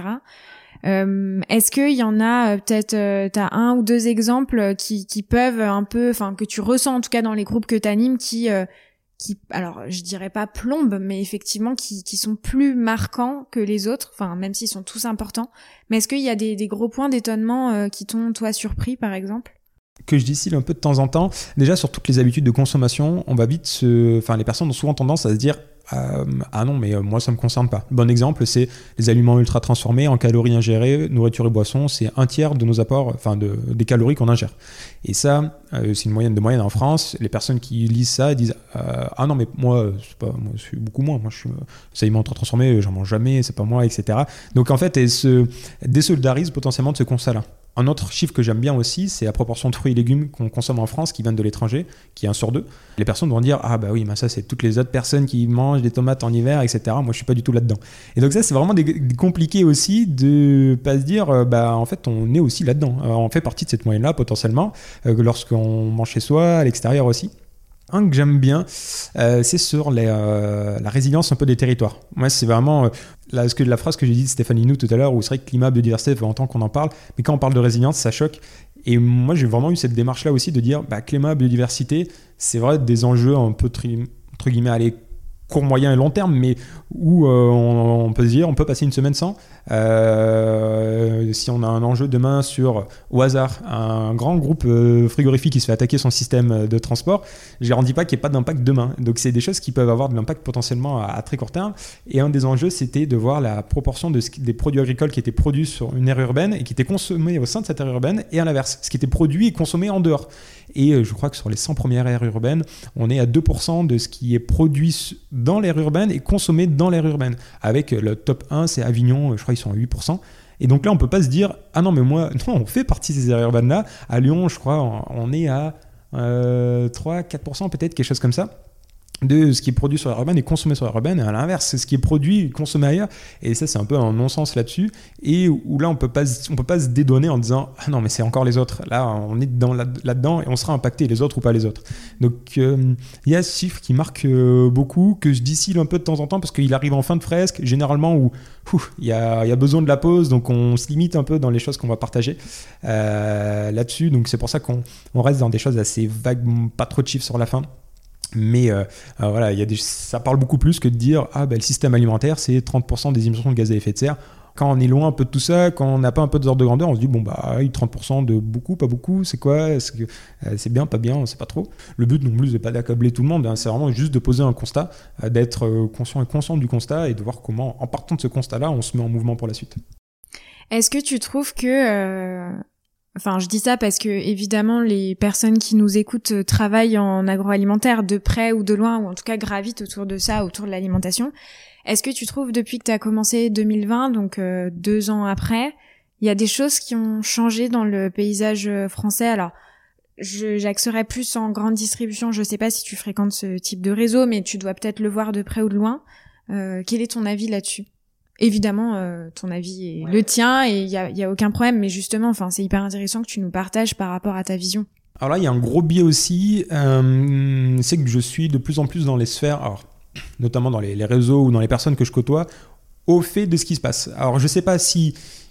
Est-ce qu'il y en a peut-être, t'as 1 ou 2 exemples qui peuvent un peu, enfin que tu ressens en tout cas dans les groupes que t'animes, qui alors je dirais pas plombent, mais effectivement qui sont plus marquants que les autres, enfin même s'ils sont tous importants, mais est-ce qu'il y a des gros points d'étonnement qui t'ont toi surpris par exemple? Que je distille un peu de temps en temps, déjà sur toutes les habitudes de consommation, on va vite les personnes ont souvent tendance à se dire ah non mais moi ça me concerne pas. Bon exemple c'est les aliments ultra transformés en calories ingérées, nourriture et boissons, c'est 1/3 de nos apports, des calories qu'on ingère. Et ça c'est une moyenne de moyenne en France. Les personnes qui lisent ça disent ah non mais moi je suis beaucoup moins, moi je suis ces aliments ultra transformés, j'en mange jamais, c'est pas moi, etc. Donc en fait elles se désolidarisent potentiellement de ce constat-là. Un autre chiffre que j'aime bien aussi, c'est la proportion de fruits et légumes qu'on consomme en France qui viennent de l'étranger, qui est 1 sur 2. Les personnes vont dire ah bah oui, mais ça c'est toutes les autres personnes qui mangent des tomates en hiver, etc. Moi je suis pas du tout là-dedans. Et donc ça c'est vraiment compliqué aussi de pas se dire en fait on est aussi là-dedans. On fait partie de cette moyenne-là potentiellement lorsqu'on mange chez soi, à l'extérieur aussi. Un que j'aime bien, c'est sur la résilience un peu des territoires. Moi, c'est vraiment la phrase que j'ai dit de Stéphanie Nou tout à l'heure, où c'est vrai que climat, biodiversité, ça fait longtemps qu'on en parle, mais quand on parle de résilience, ça choque. Et moi, j'ai vraiment eu cette démarche-là aussi de dire, climat, biodiversité, c'est vrai des enjeux un peu, entre guillemets, aller court, moyen et long terme, mais où on peut se dire, on peut passer une semaine sans. Si on a un enjeu demain sur, au hasard, un grand groupe frigorifique qui se fait attaquer son système de transport, je ne leur dis pas qu'il n'y ait pas d'impact demain. Donc c'est des choses qui peuvent avoir de l'impact potentiellement à très court terme. Et un des enjeux, c'était de voir la proportion des produits agricoles qui étaient produits sur une aire urbaine et qui étaient consommés au sein de cette aire urbaine, et à l'inverse, ce qui était produit et consommé en dehors. Et je crois que sur les 100 premières aires urbaines, on est à 2% de ce qui est produit dans l'aire urbaine et consommé dans l'aire urbaine. Avec le top 1, c'est Avignon, je crois qu'ils sont à 8%. Et donc là, on ne peut pas se dire « Ah non, mais moi, non, on fait partie de ces aires urbaines-là. » À Lyon, je crois, on est à 3-4% peut-être, quelque chose comme ça, de ce qui est produit sur l'aire urbaine et consommé sur l'aire urbaine, et à l'inverse, c'est ce qui est produit et consommé ailleurs. Et ça, c'est un peu un non-sens là-dessus, et où là, on peut pas se dédouaner en disant « Ah non, mais c'est encore les autres. » Là, on est là-dedans, et on sera impacté, les autres ou pas les autres. Donc, il y a ce chiffre qui marque beaucoup, que je distille un peu de temps en temps, parce qu'il arrive en fin de fresque, généralement, où il y a besoin de la pause, donc on se limite un peu dans les choses qu'on va partager là-dessus. Donc, c'est pour ça qu'on reste dans des choses assez vagues, pas trop de chiffres sur la fin. Mais voilà, ça parle beaucoup plus que de dire le système alimentaire c'est 30% des émissions de gaz à effet de serre. quand on est loin un peu de tout ça, quand on n'a pas un peu d'ordre de grandeur, on se dit, 30% de beaucoup, pas beaucoup, c'est quoi? Est-ce que c'est bien, pas bien, on sait pas trop. Le but non plus, c'est pas d'accabler tout le monde, hein, c'est vraiment juste de poser un constat, d'être conscient et conscient du constat et de voir comment, en partant de ce constat-là, on se met en mouvement pour la suite. Est-ce que tu trouves que... Enfin, je dis ça parce que, évidemment, les personnes qui nous écoutent travaillent en agroalimentaire de près ou de loin, ou en tout cas gravitent autour de ça, autour de l'alimentation. Est-ce que tu trouves, depuis que tu as commencé 2020, donc 2 ans après, il y a des choses qui ont changé dans le paysage français? Alors, j'axerais plus en grande distribution, je sais pas si tu fréquentes ce type de réseau, mais tu dois peut-être le voir de près ou de loin. Quel est ton avis là-dessus? Évidemment, ton avis est le tien et il y a aucun problème, mais justement, enfin, c'est hyper intéressant que tu nous partages par rapport à ta vision. Alors là, il y a un gros biais aussi, c'est que je suis de plus en plus dans les sphères, alors, notamment dans les réseaux ou dans les personnes que je côtoie, au fait de ce qui se passe. Alors, je sais pas si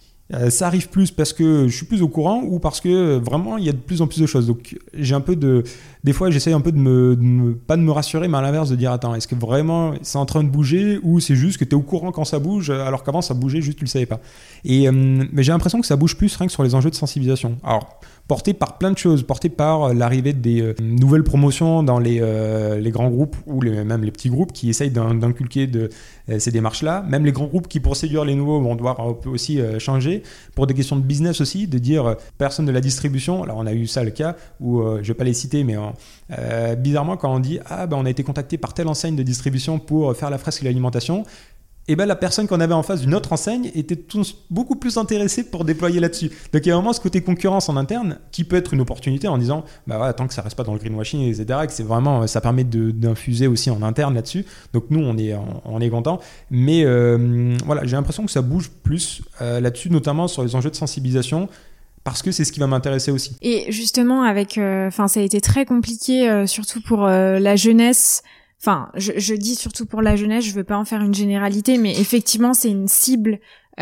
ça arrive plus parce que je suis plus au courant ou parce que vraiment il y a de plus en plus de choses. Donc j'ai un peu des fois j'essaye un peu pas de me rassurer, mais à l'inverse de dire attends, est-ce que vraiment c'est en train de bouger ou c'est juste que tu es au courant quand ça bouge alors qu'avant ça bougeait juste tu le savais pas. Et mais j'ai l'impression que ça bouge plus rien que sur les enjeux de sensibilisation. Alors porté par plein de choses, porté par l'arrivée des nouvelles promotions dans les grands groupes ou même les petits groupes qui essayent d'inculquer ces démarches-là. Même les grands groupes qui, pour séduire les nouveaux, vont devoir un peu aussi changer. Pour des questions de business aussi, de dire personne de la distribution. Alors on a eu ça le cas où, je ne vais pas les citer, mais bizarrement quand on dit on a été contacté par telle enseigne de distribution pour faire la fresque de l'alimentation, et la personne qu'on avait en face d'une autre enseigne était beaucoup plus intéressée pour déployer là-dessus. Donc il y a vraiment ce côté concurrence en interne qui peut être une opportunité en disant tant que ça reste pas dans le greenwashing, etc., que c'est vraiment, ça permet d'infuser aussi en interne là-dessus. Donc nous on est contents. Mais j'ai l'impression que ça bouge plus là-dessus, notamment sur les enjeux de sensibilisation. Parce que c'est ce qui va m'intéresser aussi. Et justement, ça a été très compliqué, surtout pour la jeunesse. Enfin, je dis surtout pour la jeunesse, je veux pas en faire une généralité, mais effectivement, c'est une cible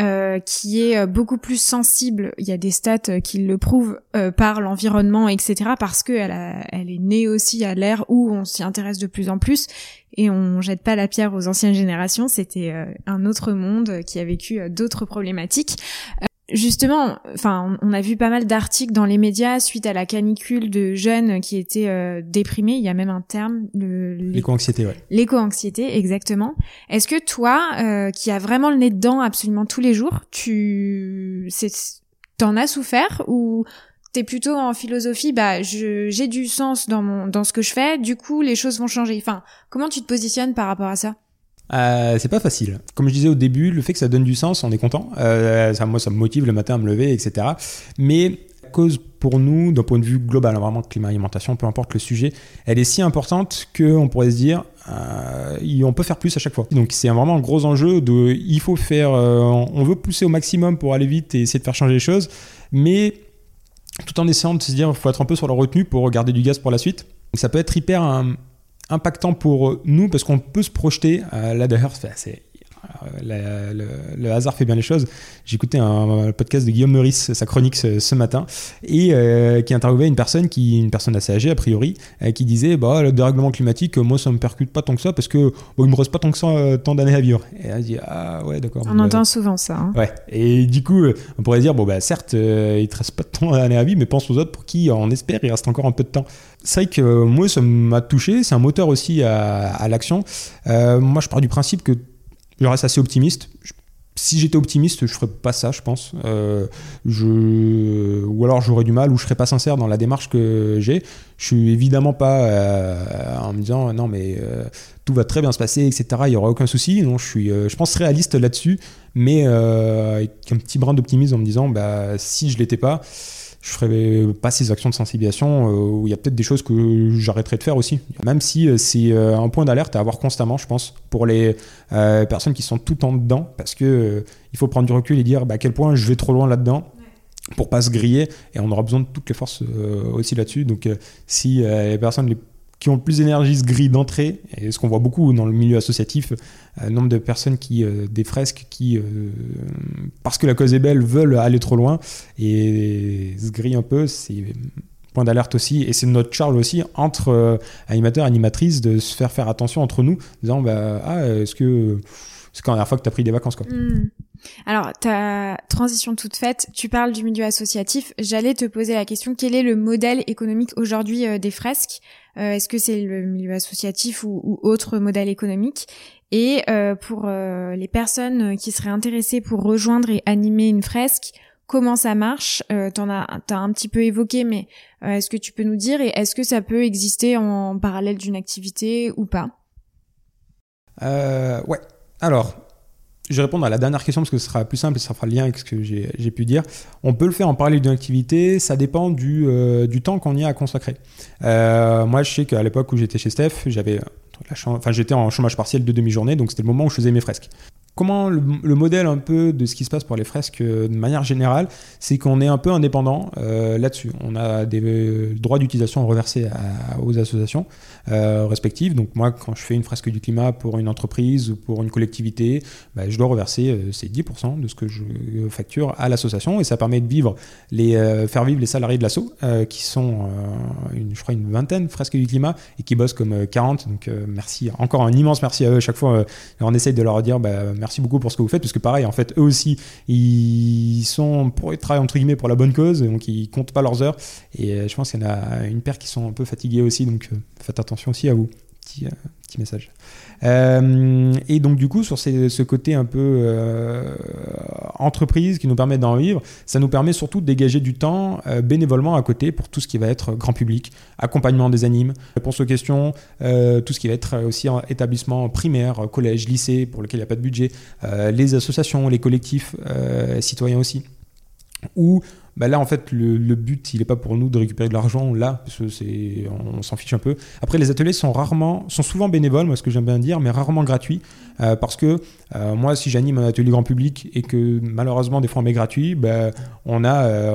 qui est beaucoup plus sensible. Il y a des stats qui le prouvent par l'environnement, etc. Parce que elle est née aussi à l'ère où on s'y intéresse de plus en plus. Et on jette pas la pierre aux anciennes générations. C'était un autre monde qui a vécu d'autres problématiques. Justement, on a vu pas mal d'articles dans les médias suite à la canicule de jeunes qui étaient déprimés. Il y a même un terme, l'éco-anxiété, ouais. L'éco-anxiété, exactement. Est-ce que toi, qui as vraiment le nez dedans absolument tous les jours, t'en as souffert ou t'es plutôt en philosophie, j'ai du sens dans ce que je fais, du coup les choses vont changer. Enfin, comment tu te positionnes par rapport à ça? C'est pas facile. Comme je disais au début, le fait que ça donne du sens, on est content. Moi, ça me motive le matin à me lever, etc. Mais la cause pour nous, d'un point de vue global, vraiment climat, alimentation, peu importe le sujet, elle est si importante qu'on pourrait se dire, on peut faire plus à chaque fois. Donc c'est vraiment un gros enjeu il faut faire, on veut pousser au maximum pour aller vite et essayer de faire changer les choses, mais tout en essayant de se dire, il faut être un peu sur la retenue pour garder du gaz pour la suite. Donc ça peut être hyper impactant pour nous parce qu'on peut se projeter. Là d'ailleurs, le hasard fait bien les choses. J'écoutais un podcast de Guillaume Meurice, sa chronique ce matin, et qui interviewait une personne assez âgée a priori, qui disait le dérèglement climatique, moi ça me percute pas tant que ça parce que il me reste pas tant que ça tant d'années à vivre. Et elle dit ouais d'accord. On entend souvent ça. Hein. Ouais. Et du coup on pourrait dire certes il te reste pas tant d'années à vivre, mais pense aux autres pour qui on espère il reste encore un peu de temps. C'est vrai que moi ça m'a touché, c'est un moteur aussi à l'action. Moi je pars du principe que je reste assez optimiste. Si j'étais optimiste, je ferais pas ça, je pense. Ou alors j'aurais du mal, ou je serais pas sincère dans la démarche que j'ai. Je suis évidemment pas en me disant non mais tout va très bien se passer, etc. Il y aura aucun souci. Non, je pense réaliste là-dessus, mais avec un petit brin d'optimisme en me disant si je l'étais pas, je ferais pas ces actions de sensibilisation où il y a peut-être des choses que j'arrêterais de faire aussi. Même si c'est un point d'alerte à avoir constamment, je pense, pour les personnes qui sont tout en dedans, parce que il faut prendre du recul et dire à quel point je vais trop loin là-dedans pour pas se griller, et on aura besoin de toutes les forces aussi là-dessus. Donc si les personnes qui ont le plus d'énergie se grillent d'entrée, et ce qu'on voit beaucoup dans le milieu associatif, nombre de personnes des fresques qui, parce que la cause est belle, veulent aller trop loin et se grillent un peu, c'est point d'alerte aussi, et c'est notre charge aussi entre animateurs et animatrices de se faire attention entre nous, en disant est-ce que c'est quand la dernière fois que tu as pris des vacances quoi. Alors, ta transition toute faite, tu parles du milieu associatif. J'allais te poser la question, quel est le modèle économique aujourd'hui des fresques ? Est-ce que c'est le milieu associatif ou autre modèle économique ? Et pour les personnes qui seraient intéressées pour rejoindre et animer une fresque, comment ça marche ? T'as un petit peu évoqué, mais est-ce que tu peux nous dire, et est-ce que ça peut exister en parallèle d'une activité ou pas ? Ouais. Alors, je vais répondre à la dernière question parce que ce sera plus simple et ça fera le lien avec ce que j'ai pu dire. On peut le faire en parallèle d'une activité, ça dépend du temps qu'on y a à consacrer. Moi, je sais qu'à l'époque où j'étais chez Steph, j'étais en chômage partiel de demi-journée, donc c'était le moment où je faisais mes fresques. Comment le modèle un peu de ce qui se passe pour les fresques de manière générale, c'est qu'on est un peu indépendant là-dessus. On a des droits d'utilisation reversés aux associations respectives. Donc moi, quand je fais une fresque du climat pour une entreprise ou pour une collectivité, je dois reverser ces 10% de ce que je facture à l'association, et ça permet de faire vivre les salariés de l'asso qui sont je crois une vingtaine fresques du climat et qui bossent comme 40. Donc merci, encore un immense merci à eux. À chaque fois, on essaye de leur dire merci beaucoup pour ce que vous faites, parce que pareil, en fait, eux aussi, ils travaillent entre guillemets pour la bonne cause, donc ils comptent pas leurs heures. Et je pense qu'il y en a une paire qui sont un peu fatigués aussi, donc faites attention aussi à vous. Petit message. Et donc du coup, sur ce côté un peu entreprise qui nous permet d'en vivre, ça nous permet surtout de dégager du temps bénévolement à côté pour tout ce qui va être grand public, accompagnement des animes, réponse aux questions, tout ce qui va être aussi en établissement primaire, collège, lycée, pour lequel il n'y a pas de budget, les associations, les collectifs citoyens aussi. Ou là en fait le but il n'est pas pour nous de récupérer de l'argent là, parce que on s'en fiche un peu. Après, les ateliers sont souvent bénévoles, moi ce que j'aime bien dire, mais rarement gratuits, parce que moi si j'anime un atelier grand public et que malheureusement des fois on met gratuit, on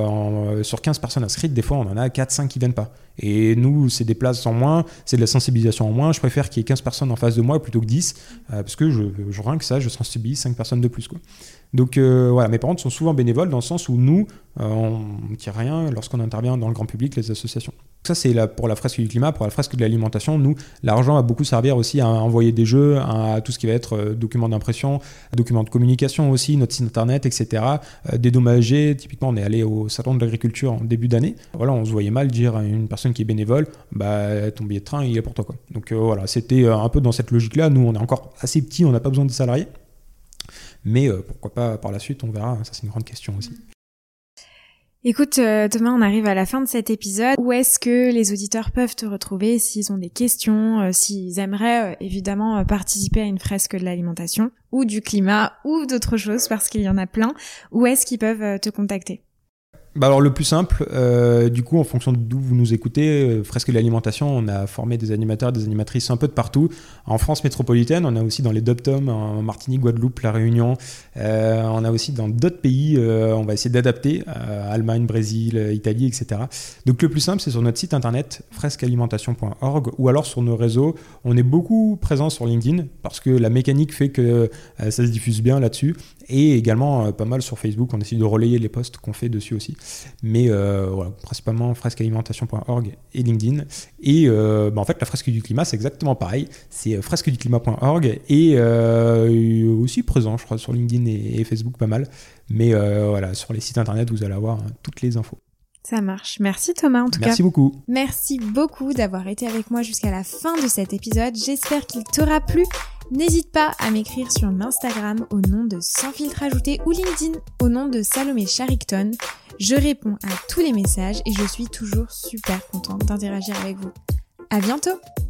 a sur 15 personnes inscrites, des fois on en a 4-5 qui viennent pas. Et nous, c'est des places en moins, c'est de la sensibilisation en moins. Je préfère qu'il y ait 15 personnes en face de moi plutôt que 10, parce que rien que ça, je sensibilise 5 personnes de plus, quoi. Donc voilà, mes parents sont souvent bénévoles dans le sens où nous, on ne tire rien lorsqu'on intervient dans le grand public, les associations. Ça, c'est pour la fresque du climat. Pour la fresque de l'alimentation, nous, l'argent va beaucoup servir aussi à envoyer des jeux, à tout ce qui va être documents d'impression, documents de communication aussi, notre site internet, etc. Dédommager, typiquement, on est allé au salon de l'agriculture en début d'année. Voilà, on se voyait mal dire à une personne qui est bénévole, ton billet de train, il est pour toi, quoi. Donc voilà, c'était un peu dans cette logique-là. Nous, on est encore assez petits, on n'a pas besoin de salariés. Mais pourquoi pas par la suite, on verra. Ça, c'est une grande question aussi. Écoute, Thomas, on arrive à la fin de cet épisode. Où est-ce que les auditeurs peuvent te retrouver s'ils ont des questions, s'ils aimeraient évidemment participer à une fresque de l'alimentation ou du climat ou d'autres choses, parce qu'il y en a plein. Où est-ce qu'ils peuvent te contacter ? Alors le plus simple, du coup en fonction d'où vous nous écoutez, Fresque de l'alimentation, on a formé des animateurs, des animatrices un peu de partout. En France métropolitaine, on a aussi dans les DOP-TOM, en Martinique, Guadeloupe, La Réunion. On a aussi dans d'autres pays, on va essayer d'adapter, Allemagne, Brésil, Italie, etc. Donc le plus simple, c'est sur notre site internet fresquealimentation.org, ou alors sur nos réseaux. On est beaucoup présent sur LinkedIn parce que la mécanique fait que ça se diffuse bien là-dessus, et également pas mal sur Facebook. On essaie de relayer les posts qu'on fait dessus aussi. Mais voilà, principalement fresquealimentation.org et LinkedIn. Et en fait, la fresque du climat, c'est exactement pareil. C'est fresqueduclimat.org et aussi présent, je crois, sur LinkedIn et Facebook, pas mal. Mais voilà, sur les sites internet, vous allez avoir toutes les infos. Ça marche. Merci Thomas en tout cas. Merci beaucoup. Merci beaucoup d'avoir été avec moi jusqu'à la fin de cet épisode. J'espère qu'il t'aura plu. N'hésite pas à m'écrire sur Instagram au nom de Sans Filtre Ajouté ou LinkedIn au nom de Salomé Charicton. Je réponds à tous les messages et je suis toujours super contente d'interagir avec vous. À bientôt!